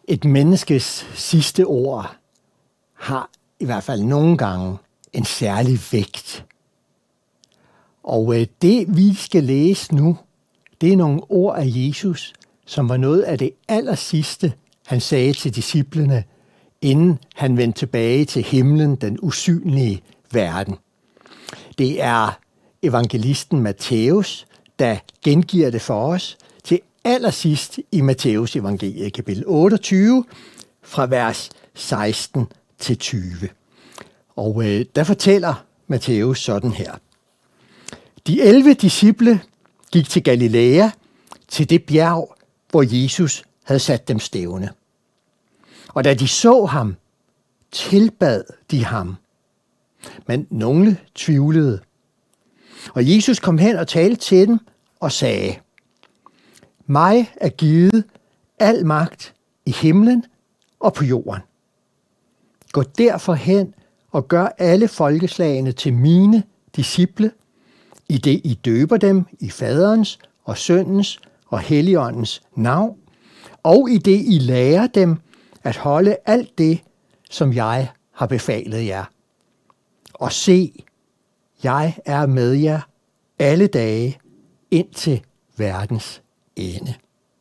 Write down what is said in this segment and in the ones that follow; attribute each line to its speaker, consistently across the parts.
Speaker 1: Et menneskes sidste ord har i hvert fald nogle gange en særlig vægt. Og det, vi skal læse nu, det er nogle ord af Jesus, som var noget af det allersidste, han sagde til disciplene, inden han vendte tilbage til himlen, den usynlige verden. Det er evangelisten Matthæus, der gengiver det for os til allersidst i Matthæus evangeliet, kapitel 28, fra vers 16 til 20. Og der fortæller Matthæus sådan her. De 11 disciple gik til Galilea, til det bjerg, hvor Jesus havde sat dem stævne. Og da de så ham, tilbad de ham. Men nogle tvivlede. Og Jesus kom hen og talte til dem og sagde, mig er givet al magt i himlen og på jorden. Gå derfor hen og gør alle folkeslagene til mine disciple, i det I døber dem i Faderens og Søndens og Helligåndens navn, og i det I lærer dem at holde alt det, som jeg har befalet jer. Og se, jeg er med jer alle dage indtil verdens ende.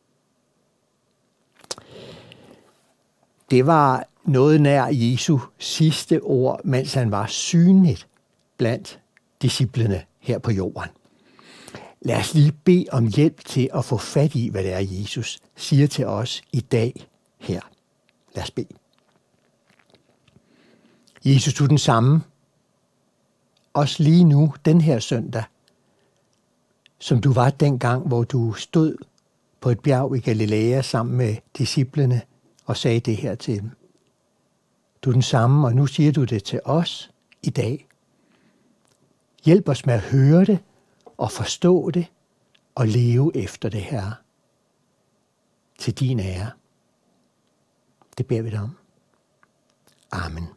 Speaker 1: Det var noget nær Jesu sidste ord, mens han var synligt blandt disciplene her på jorden. Lad os lige bede om hjælp til at få fat i, hvad det er, Jesus siger til os i dag her. Lad os bede. Jesus, du er den samme, også lige nu, den her søndag, som du var dengang, hvor du stod på et bjerg i Galilea sammen med disciplene og sagde det her til dem. Du er den samme, og nu siger du det til os i dag. Hjælp os med at høre det og forstå det og leve efter det her. Til din ære. Det beder vi dig om. Amen.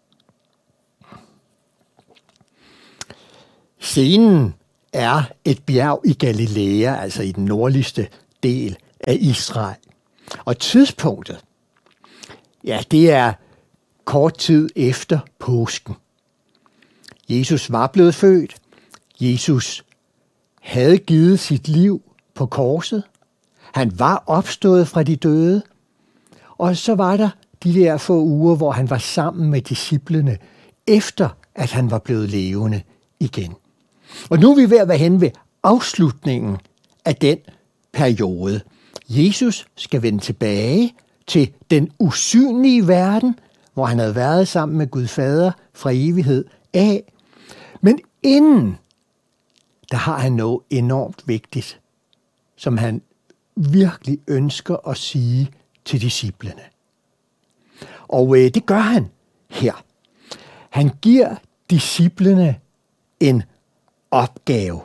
Speaker 1: Scenen er et bjerg i Galilea, altså i den nordligste del af Israel. Og tidspunktet, ja, det er kort tid efter påsken. Jesus var blevet født. Jesus havde givet sit liv på korset. Han var opstået fra de døde. Og så var der de der få uger, hvor han var sammen med disciplene, efter at han var blevet levende igen. Og nu er vi ved at være henne ved afslutningen af den periode. Jesus skal vende tilbage til den usynlige verden, hvor han havde været sammen med Gud Fader fra evighed af. Men inden, der har han noget enormt vigtigt, som han virkelig ønsker at sige til disciplene. Og det gør han her. Han giver disciplene en opgave.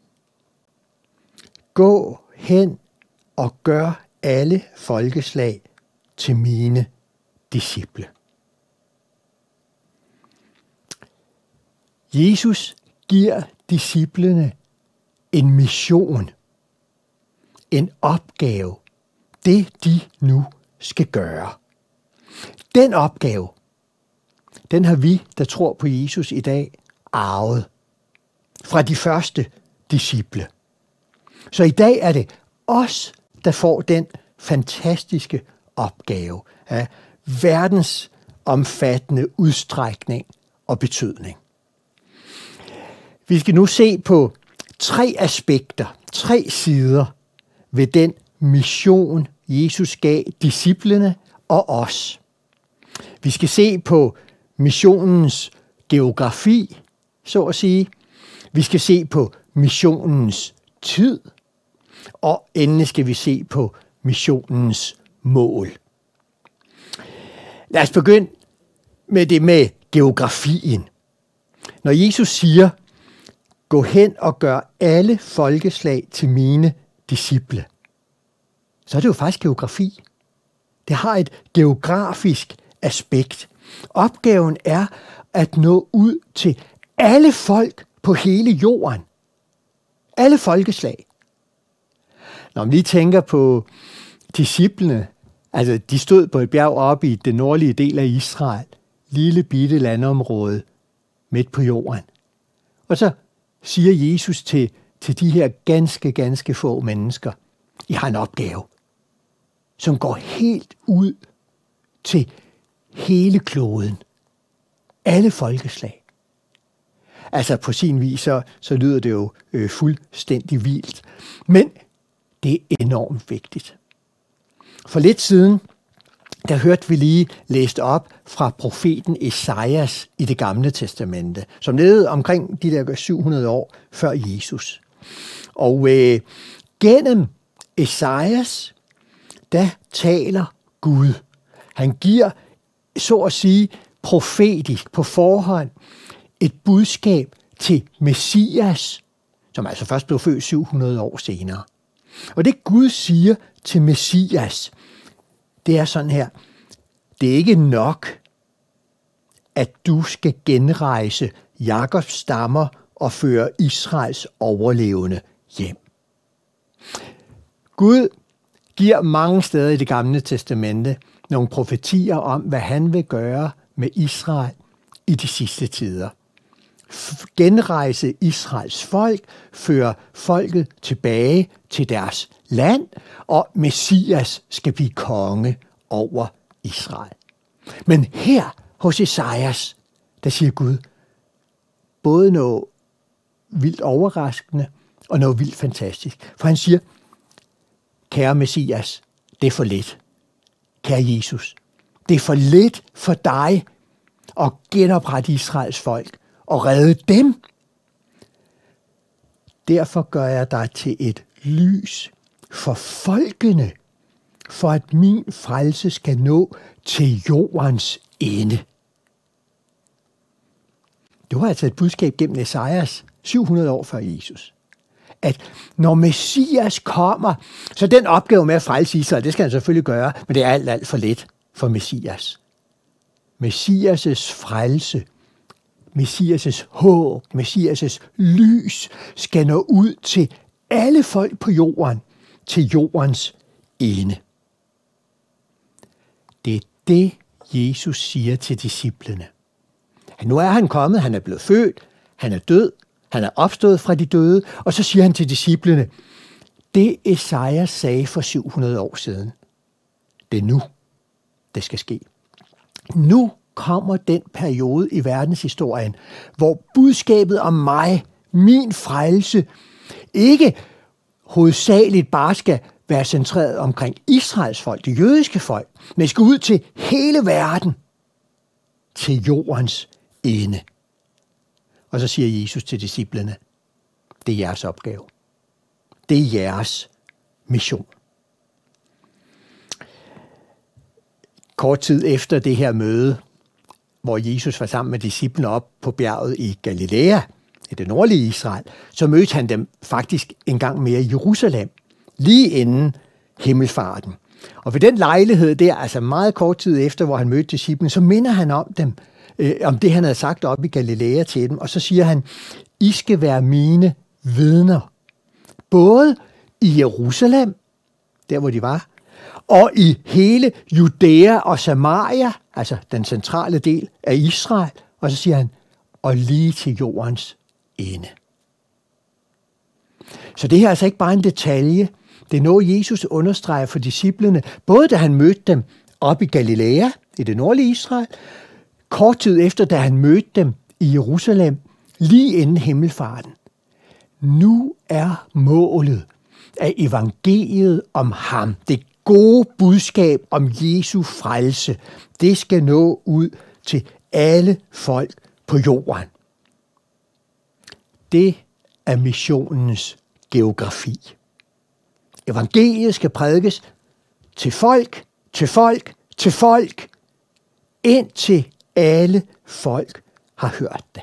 Speaker 1: Gå hen og gør alle folkeslag til mine disciple. Jesus giver disciplene en mission, en opgave, det de nu skal gøre. Den opgave, den har vi, der tror på Jesus i dag, arvet fra de første disciple. Så i dag er det os, der får den fantastiske opgave af verdens omfattende udstrækning og betydning. Vi skal nu se på 3 aspekter, 3 sider ved den mission, Jesus gav disciplene og os. Vi skal se på missionens geografi, så at sige. Vi skal se på missionens tid, og endelig skal vi se på missionens mål. Lad os begynde med det med geografien. Når Jesus siger, gå hen og gør alle folkeslag til mine disciple, så er det jo faktisk geografi. Det har et geografisk aspekt. Opgaven er at nå ud til alle folk på hele jorden. Alle folkeslag. Når man lige tænker på disciplene, Altså, de stod på et bjerg oppe i den nordlige del af Israel. Lille bitte landområde midt på jorden. Og så siger Jesus til de her ganske få mennesker, I har en opgave, som går helt ud til hele kloden. Alle folkeslag. Altså på sin vis, så lyder det jo fuldstændig vildt. Men det er enormt vigtigt. For lidt siden, der hørte vi lige læst op fra profeten Esajas i det gamle testamente, som levede omkring de der 700 år før Jesus. Og gennem Esajas, der taler Gud. Han giver, så at sige, profetisk på forhånd et budskab til Messias, som altså først blev født 700 år senere. Og det Gud siger til Messias, det er sådan her: det er ikke nok, at du skal genrejse Jakobs stammer og føre Israels overlevende hjem. Gud giver mange steder i det gamle testamente nogle profetier om, hvad han vil gøre med Israel i de sidste tider. Genrejse Israels folk, føre folket tilbage til deres land, og Messias skal blive konge over Israel. Men her hos Esajas, der siger Gud både noget vildt overraskende og noget vildt fantastisk. For han siger, kære Messias, det er for lidt. Kære Jesus, det er for lidt for dig at genoprette Israels folk og redde dem. Derfor gør jeg dig til et lys for folkene, for at min frelse skal nå til jordens ende. Det var altså et budskab gennem Esajas 700 år før Jesus. At når Messias kommer, så den opgave med at frelse Israel, det skal han selvfølgelig gøre, men det er alt for let for Messias. Messias' frelse, Messias' håb, Messias' lys skal nå ud til alle folk på jorden, til jordens ende. Det er det, Jesus siger til disciplene. Nu er han kommet, han er blevet født, han er død, han er opstået fra de døde, og så siger han til disciplene, det Esajas sagde for 700 år siden, det er nu, det skal ske. Nu kommer den periode i verdenshistorien, hvor budskabet om mig, min frelse, ikke hovedsageligt bare skal være centreret omkring Israels folk, det jødiske folk, men skal ud til hele verden, til jordens ende. Og så siger Jesus til disciplene, det er jeres opgave. Det er jeres mission. Kort tid efter det her møde, hvor Jesus var sammen med disciplene op på bjerget i Galilea, i det nordlige Israel, så mødte han dem faktisk en gang mere i Jerusalem, lige inden himmelfarten. Og ved den lejlighed der, altså meget kort tid efter, hvor han mødte disciplene, så minder han om dem, om det, han havde sagt op i Galilea til dem, og så siger han, I skal være mine vidner, både i Jerusalem, der hvor de var, og i hele Judæa og Samaria, altså den centrale del af Israel, og så siger han, og lige til jordens ende. Så det her er altså ikke bare en detalje, det er noget, Jesus understreger for disciplene, både da han mødte dem op i Galilea, i det nordlige Israel, kort tid efter, da han mødte dem i Jerusalem, lige inden himmelfarten. Nu er målet af evangeliet om ham, det gode budskab om Jesu frelse, det skal nå ud til alle folk på jorden. Det er missionens geografi. Evangeliet skal prædikes til folk, til folk, til folk, indtil alle folk har hørt det.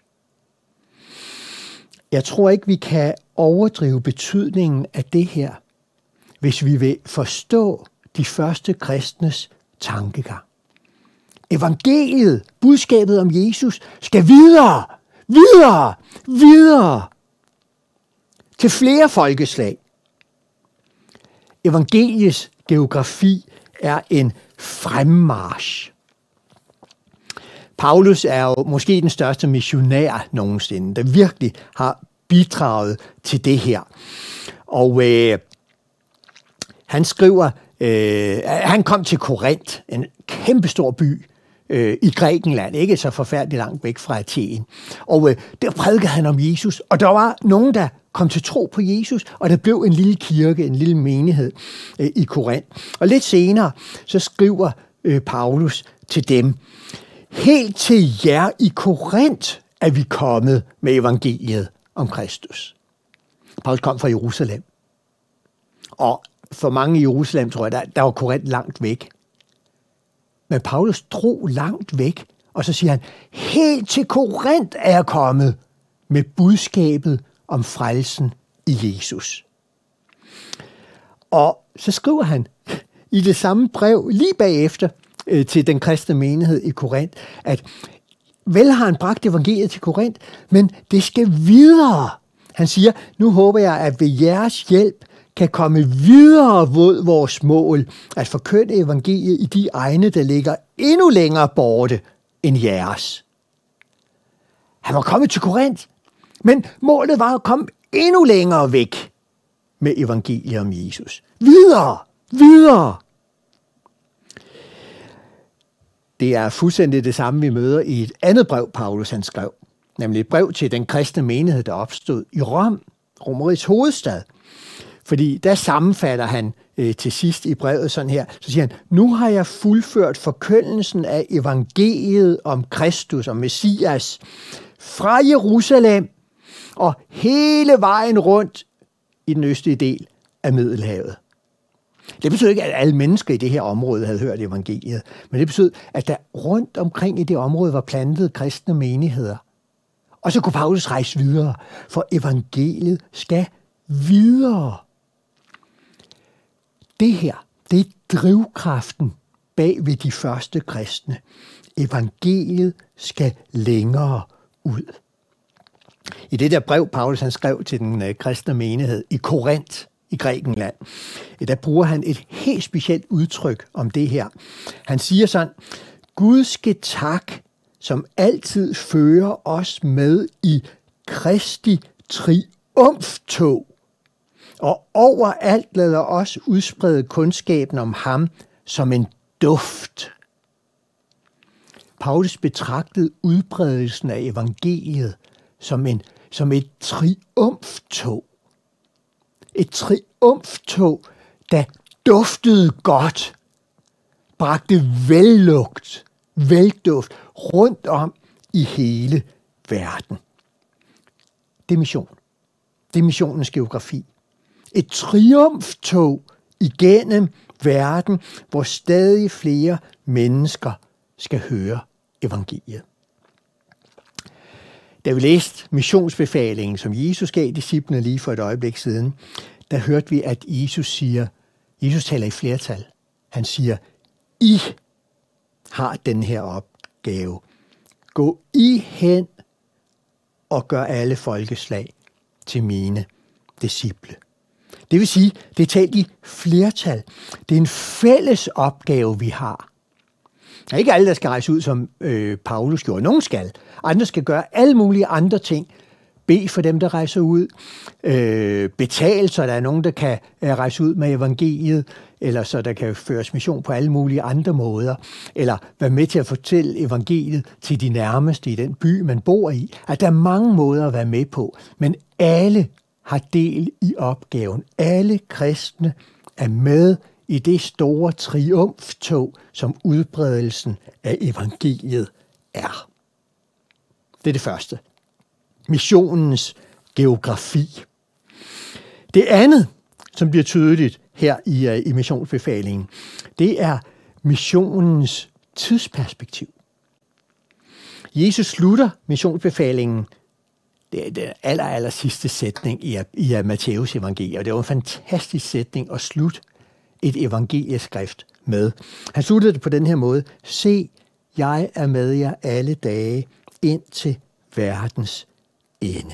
Speaker 1: Jeg tror ikke, vi kan overdrive betydningen af det her, hvis vi vil forstå de første kristnes tankegang. Evangeliet, budskabet om Jesus, skal videre, videre, videre til flere folkeslag. Evangeliets geografi er en fremmarch. Paulus er jo måske den største missionær nogensinde, der virkelig har bidraget til det her. Og han skriver, han kom til Korinth, en kæmpestor by i Grækenland, ikke så forfærdeligt langt væk fra Athen. Og der prædikede han om Jesus, og der var nogen, der kom til tro på Jesus, og der blev en lille kirke, en lille menighed i Korinth. Og lidt senere, så skriver Paulus til dem: helt til jer i Korinth er vi kommet med evangeliet om Kristus. Paulus kom fra Jerusalem. Og for mange i Jerusalem, tror jeg, der var Korinth langt væk. Men Paulus drog langt væk, og så siger han, helt til Korinth er jeg kommet med budskabet om frelsen i Jesus. Og så skriver han i det samme brev lige bagefter til den kristne menighed i Korinth, at vel har han bragt evangeliet til Korinth, men det skal videre. Han siger, nu håber jeg, at ved jeres hjælp kan komme videre mod vores mål, at forkynde evangeliet i de egne, der ligger endnu længere borte end jeres. Han var kommet til Korinth, men målet var at komme endnu længere væk med evangeliet om Jesus. Videre. Det er fuldstændig det samme, vi møder i et andet brev, Paulus han skrev, nemlig et brev til den kristne menighed, der opstod i Rom, Romerrigets hovedstad. Fordi der sammenfatter han til sidst i brevet sådan her, så siger han, nu har jeg fuldført forkyndelsen af evangeliet om Kristus og Messias fra Jerusalem og hele vejen rundt i den østlige del af Middelhavet. Det betyder ikke, at alle mennesker i det her område havde hørt evangeliet, men det betyder, at der rundt omkring i det område var plantet kristne menigheder. Og så kunne Paulus rejse videre, for evangeliet skal videre. Det her, det er drivkraften bag ved de første kristne. Evangeliet skal længere ud. I det der brev, Paulus han skrev til den kristne menighed i Korinth i Grækenland, der bruger han et helt specielt udtryk om det her. Han siger sådan, Gud skal tak, som altid fører os med i Kristi triumftog, og overalt lader os udsprede kundskaben om ham som en duft. Paulus betragtede udbredelsen af evangeliet som et triumftog. Et triumftog, der duftede godt, bragte velduft rundt om i hele verden. Det er mission. Det er missionens geografi. Et triumftog igennem verden, hvor stadig flere mennesker skal høre evangeliet. Da vi læste missionsbefalingen, som Jesus gav disciplene lige for et øjeblik siden, der hørte vi, at Jesus taler i flertal. Han siger, I har den her opgave. Gå I hen og gør alle folkeslag til mine disciple. Det vil sige, det er talt i flertal. Det er en fælles opgave, vi har. Der er ikke alle, der skal rejse ud, som Paulus gjorde. Nogen skal. Andre skal gøre alle mulige andre ting. Bed for dem, der rejser ud. Betale, så der er nogen, der kan rejse ud med evangeliet, eller så der kan føres mission på alle mulige andre måder. Eller være med til at fortælle evangeliet til de nærmeste i den by, man bor i. At der er mange måder at være med på. Men alle har del i opgaven. Alle kristne er med i det store triumftog, som udbredelsen af evangeliet er. Det er det første. Missionens geografi. Det andet, som bliver tydeligt her i missionsbefalingen, det er missionens tidsperspektiv. Jesus slutter missionsbefalingen, det er den aller sidste sætning i Matteus evangeliet, og det var en fantastisk sætning at slutte et evangelieskrift med. Han sluttede det på den her måde. Se, jeg er med jer alle dage ind til verdens ende.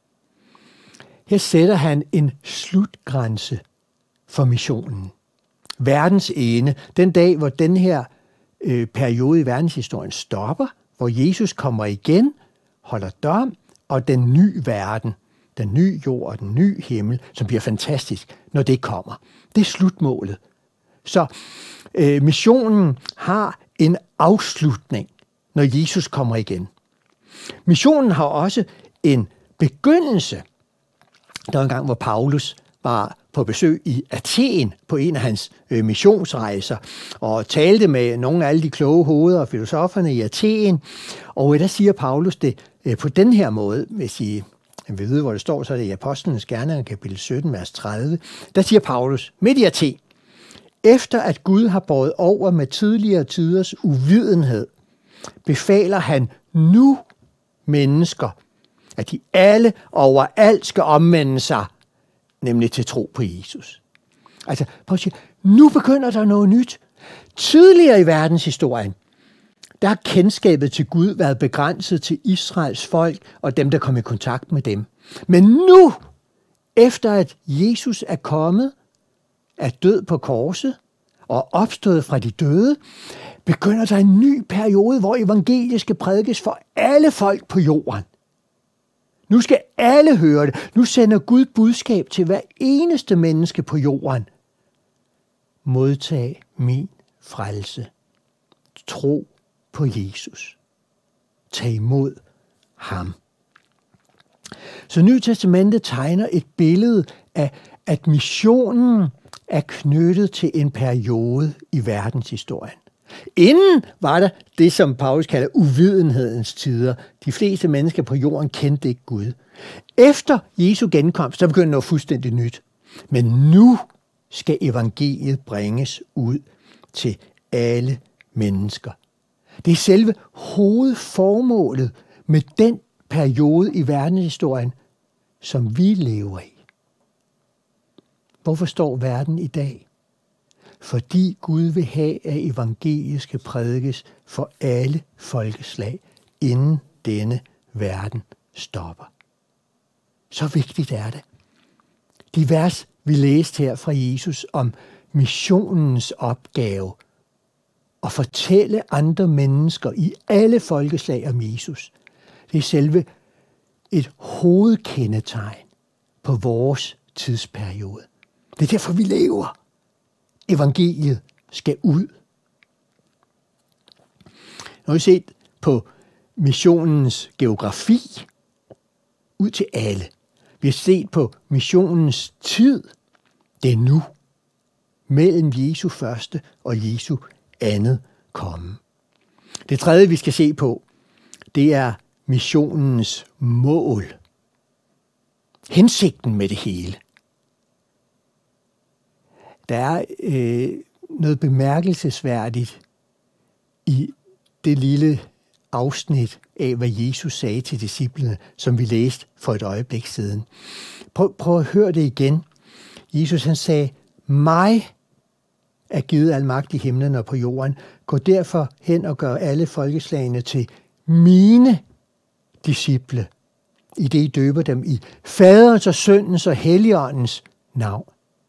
Speaker 1: Her sætter han en slutgrænse for missionen. verdens ende, den dag, hvor den her periode i verdenshistorien stopper, hvor Jesus kommer igen, holder dom, og den nye verden, den nye jord og den nye himmel, som bliver fantastisk, når det kommer. Det er slutmålet. Så missionen har en afslutning, når Jesus kommer igen. Missionen har også en begyndelse. Der var en gang, hvor Paulus var på besøg i Athen på en af hans missionsrejser og talte med nogle af alle de kloge hoveder og filosoferne i Athen. Og der siger Paulus det på den her måde, hvis I vil vide, hvor det står, så er det i Apostlenes Gerninger, kapitel 17, vers 30. Der siger Paulus midt i Athen: efter at Gud har båret over med tidligere tiders uvidenhed, befaler han nu mennesker, at de alle overalt skal omvende sig, nemlig til tro på Jesus. Altså, prøv at sige, nu begynder der noget nyt. Tidligere i verdenshistorien, der har kendskabet til Gud været begrænset til Israels folk og dem, der kom i kontakt med dem. Men nu, efter at Jesus er kommet, er død på korset og opstået fra de døde, begynder der en ny periode, hvor evangeliet skal prædikes for alle folk på jorden. Nu skal alle høre det. Nu sender Gud budskab til hver eneste menneske på jorden. Modtag min frelse. Tro på Jesus. Tag imod ham. Så Nye Testamentet tegner et billede af, at missionen er knyttet til en periode i verdenshistorien. Inden var der det, som Paulus kalder uvidenhedens tider. De fleste mennesker på jorden kendte ikke Gud. Efter Jesu genkomst, så begynder noget fuldstændig nyt. Men nu skal evangeliet bringes ud til alle mennesker. Det er selve hovedformålet med den periode i verdenshistorien, som vi lever i. Hvorfor står verden i dag? Fordi Gud vil have, at evangeliet skal prædikes for alle folkeslag, inden denne verden stopper. Så vigtigt er det. De vers, vi læste her fra Jesus om missionens opgave, at fortælle andre mennesker i alle folkeslag om Jesus, det er selve et hovedkendetegn på vores tidsperiode. Det er derfor, vi lever. Evangeliet skal ud. Nu har vi set på missionens geografi, ud til alle. Vi har set på missionens tid, det er nu, mellem Jesu første og Jesu andet komme. Det tredje, vi skal se på, det er missionens mål. Hensigten med det hele. Der er noget bemærkelsesværdigt i det lille afsnit af, hvad Jesus sagde til disciplene, som vi læste for et øjeblik siden. Prøv at høre det igen. Jesus han sagde, mig er givet al magt i himlen og på jorden. Gå derfor hen og gør alle folkeslagene til mine disciple, i det I døber dem i Faderens og Søndens og Helligåndens navn.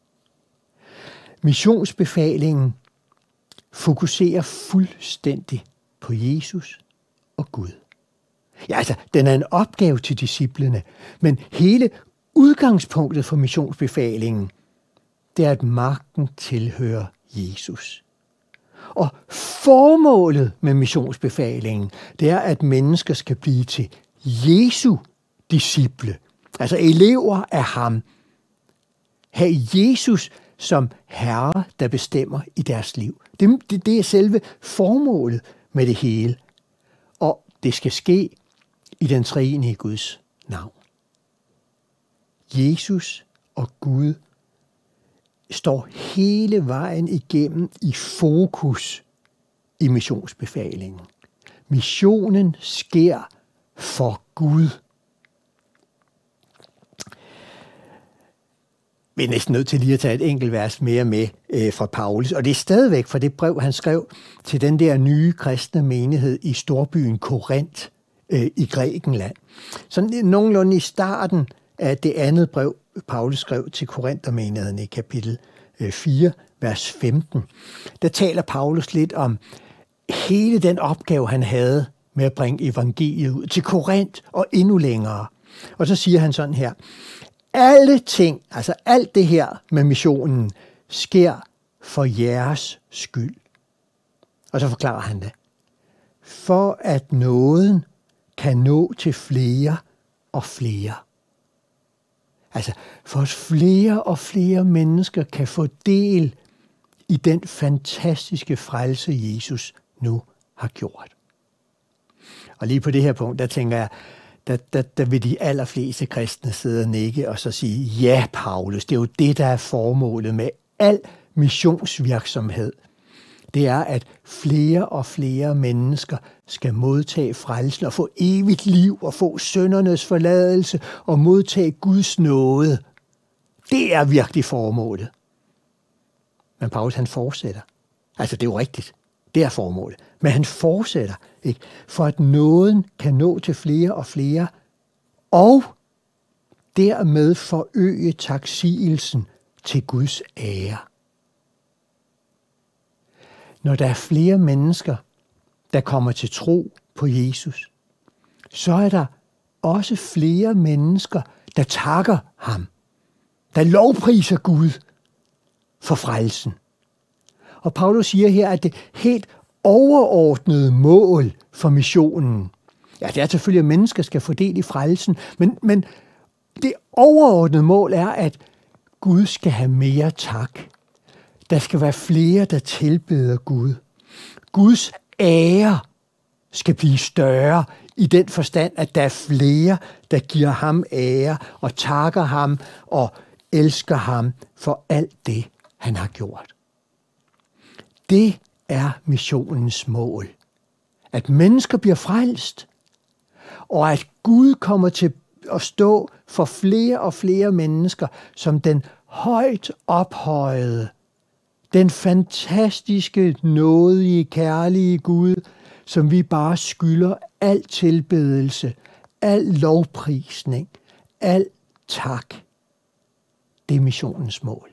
Speaker 1: Missionsbefalingen fokuserer fuldstændig på Jesus og Gud. Ja, altså, den er en opgave til disciplene, men hele udgangspunktet for missionsbefalingen, det er, at magten tilhører Jesus. Og formålet med missionsbefalingen, det er, at mennesker skal blive til Jesu disciple, altså elever af ham. Have Jesus som herre, der bestemmer i deres liv. Det er selve formålet med det hele. Og det skal ske i den treenige Guds navn. Jesus og Gud står hele vejen igennem i fokus i missionsbefalingen. Missionen sker for Gud. Vi er næsten nødt til lige at tage et enkelt vers mere med fra Paulus, og det er stadigvæk fra det brev, han skrev til den der nye kristne menighed i storbyen Korinth i Grækenland. Så nogenlunde i starten af det andet brev, Paulus skrev til Korinthermenigheden i kapitel 4, vers 15, der taler Paulus lidt om hele den opgave, han havde med at bringe evangeliet ud til Korinth og endnu længere. Og så siger han sådan her: alle ting, altså alt det her med missionen, sker for jeres skyld. Og så forklarer han det. For at nåden kan nå til flere og flere. Altså for at flere og flere mennesker kan få del i den fantastiske frelse, Jesus nu har gjort. Og lige på det her punkt, der tænker jeg, der vil de allerfleste kristne sidde og nikke og så sige, ja, Paulus, det er jo det, der er formålet med al missionsvirksomhed. Det er, at flere og flere mennesker skal modtage frelsen og få evigt liv og få syndernes forladelse og modtage Guds nåde. Det er virkelig formålet. Men Paulus, han fortsætter. Altså, det er jo rigtigt. Det er formålet. Men han fortsætter, ikke? For at nåden kan nå til flere og flere, og dermed forøge taksigelsen til Guds ære. Når der er flere mennesker, der kommer til tro på Jesus, så er der også flere mennesker, der takker ham, der lovpriser Gud for frelsen. Og Paulus siger her, at det helt overordnede mål for missionen, ja, det er selvfølgelig, at mennesker skal få del i frelsen, men det overordnede mål er, at Gud skal have mere tak. Der skal være flere, der tilbeder Gud. Guds ære skal blive større i den forstand, at der er flere, der giver ham ære og takker ham og elsker ham for alt det, han har gjort. Det er missionens mål. At mennesker bliver frelst, og at Gud kommer til at stå for flere og flere mennesker som den højt ophøjede, den fantastiske, nådige, kærlige Gud, som vi bare skylder al tilbedelse, al lovprisning, al tak. Det er missionens mål.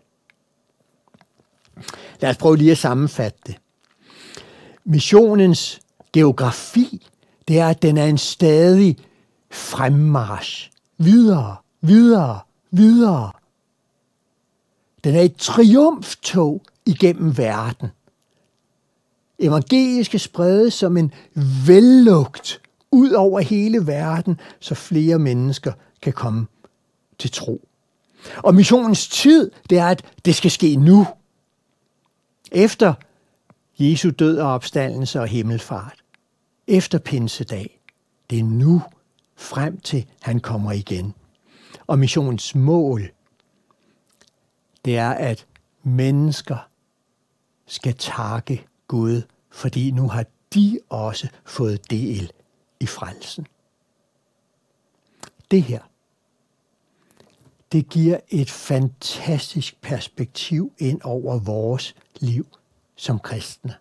Speaker 1: Lad os prøve lige at sammenfatte det. Missionens geografi, det er, at den er en stadig fremmarch. Videre, videre, videre. Den er et triumftog igennem verden. Evangeliet skal spredes som en vellugt ud over hele verden, så flere mennesker kan komme til tro. Og missionens tid, det er, at det skal ske nu. Efter Jesu død og opstandelse og himmelfart. Efter pinsedag. Det er nu, frem til han kommer igen. Og missionens mål, det er, at mennesker skal takke Gud, fordi nu har de også fået del i frelsen. Det her, det giver et fantastisk perspektiv ind over vores liv som kristne.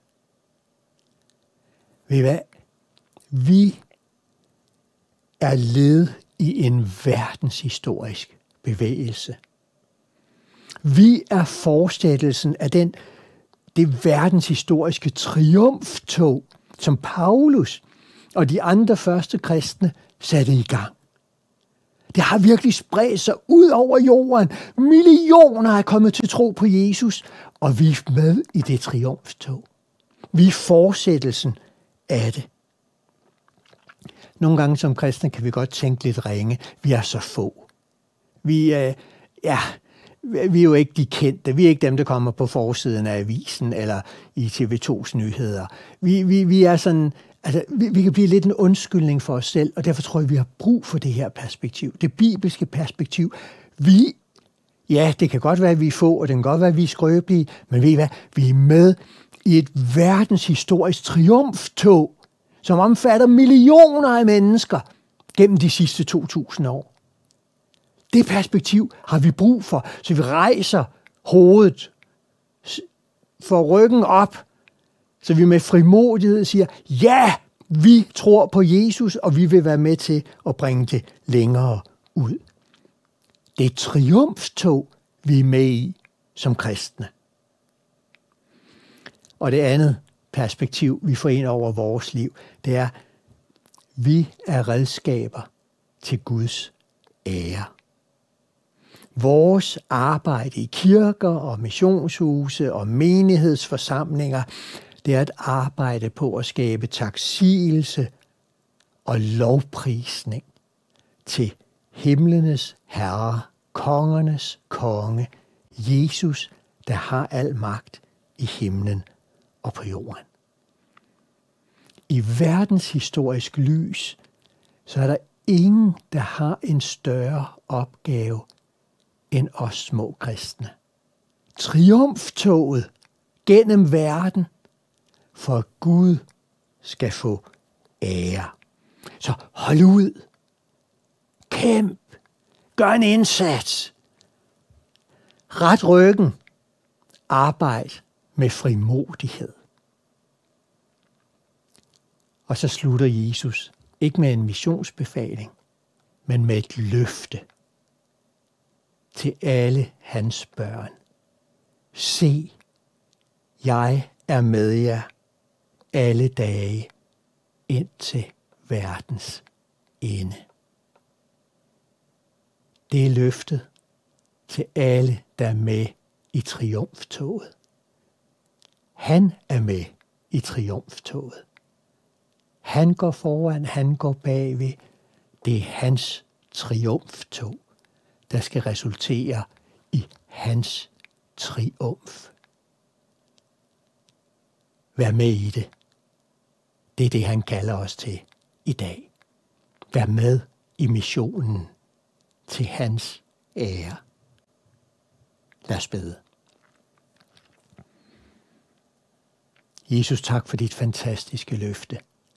Speaker 1: Ved I hvad? Vi er led i en verdenshistorisk bevægelse. Vi er fortsættelsen af det verdenshistoriske triumftog, som Paulus og de andre første kristne satte i gang. Det har virkelig spredt sig ud over jorden. Millioner er kommet til tro på Jesus, og vi er med i det triumftog. Vi er fortsættelsen af det. Nogle gange som kristne kan vi godt tænke lidt ringe. Vi er så få. Vi er jo ikke de kendte. Vi er ikke dem, der kommer på forsiden af avisen eller i TV2's nyheder. Vi er sådan, altså, vi kan blive lidt en undskyldning for os selv, og derfor tror jeg, vi har brug for det her perspektiv. Det bibelske perspektiv. Det kan godt være, at vi er få, og det kan godt være, at vi er skrøbelige, men ved I hvad? Vi er med i et verdenshistorisk triumftog, som omfatter millioner af mennesker gennem de sidste 2000 år. Det perspektiv har vi brug for, så vi rejser hovedet, får ryggen op, så vi med frimodighed siger, ja, vi tror på Jesus, og vi vil være med til at bringe det længere ud. Det er et triumftog, vi er med i som kristne. Og det andet perspektiv, vi får ind over vores liv, det er, vi er redskaber til Guds ære. Vores arbejde i kirker og missionshuse og menighedsforsamlinger, det er et arbejde på at skabe taksigelse og lovprisning til himlenes herre, kongernes konge, Jesus, der har al magt i himlen og på jorden. I verdenshistorisk lys, så er der ingen, der har en større opgave end os små kristne. Triumftoget gennem verden, for at Gud skal få ære. Så hold ud. Kæmp. Gør en indsats. Ret ryggen. Arbejd med frimodighed. Og så slutter Jesus ikke med en missionsbefaling, men med et løfte til alle hans børn. Se, jeg er med jer alle dage indtil verdens ende. Det er løftet til alle, der er med i triumftoget. Han er med i triumftoget. Han går foran, han går bagved. Det er hans triumftog, der skal resultere i hans triumf. Vær med i det. Det er det, han kalder os til i dag. Vær med i missionen til hans ære. Lad os bede. Jesus, tak for dit fantastiske løfte.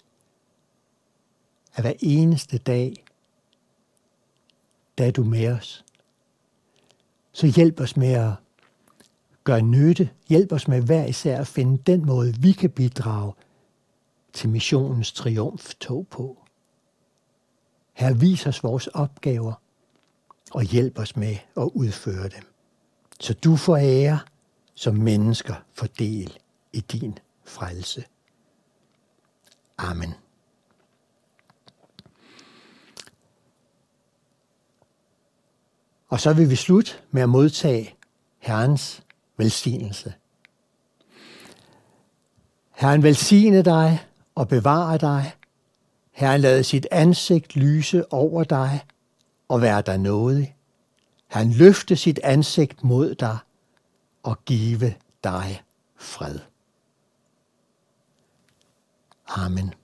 Speaker 1: At hver eneste dag, der er du med os. Så hjælp os med at gøre nytte. Hjælp os med hver især at finde den måde, vi kan bidrage til missionens triumftog på. Herre, vis os vores opgaver og hjælp os med at udføre dem. Så du får ære, som mennesker får del i din frelse. Amen. Og så vil vi slutte med at modtage Herrens velsignelse. Herren velsigne dig og bevare dig. Herren lade sit ansigt lyse over dig og være dig nådig. Herren løfte sit ansigt mod dig og give dig fred. Amen.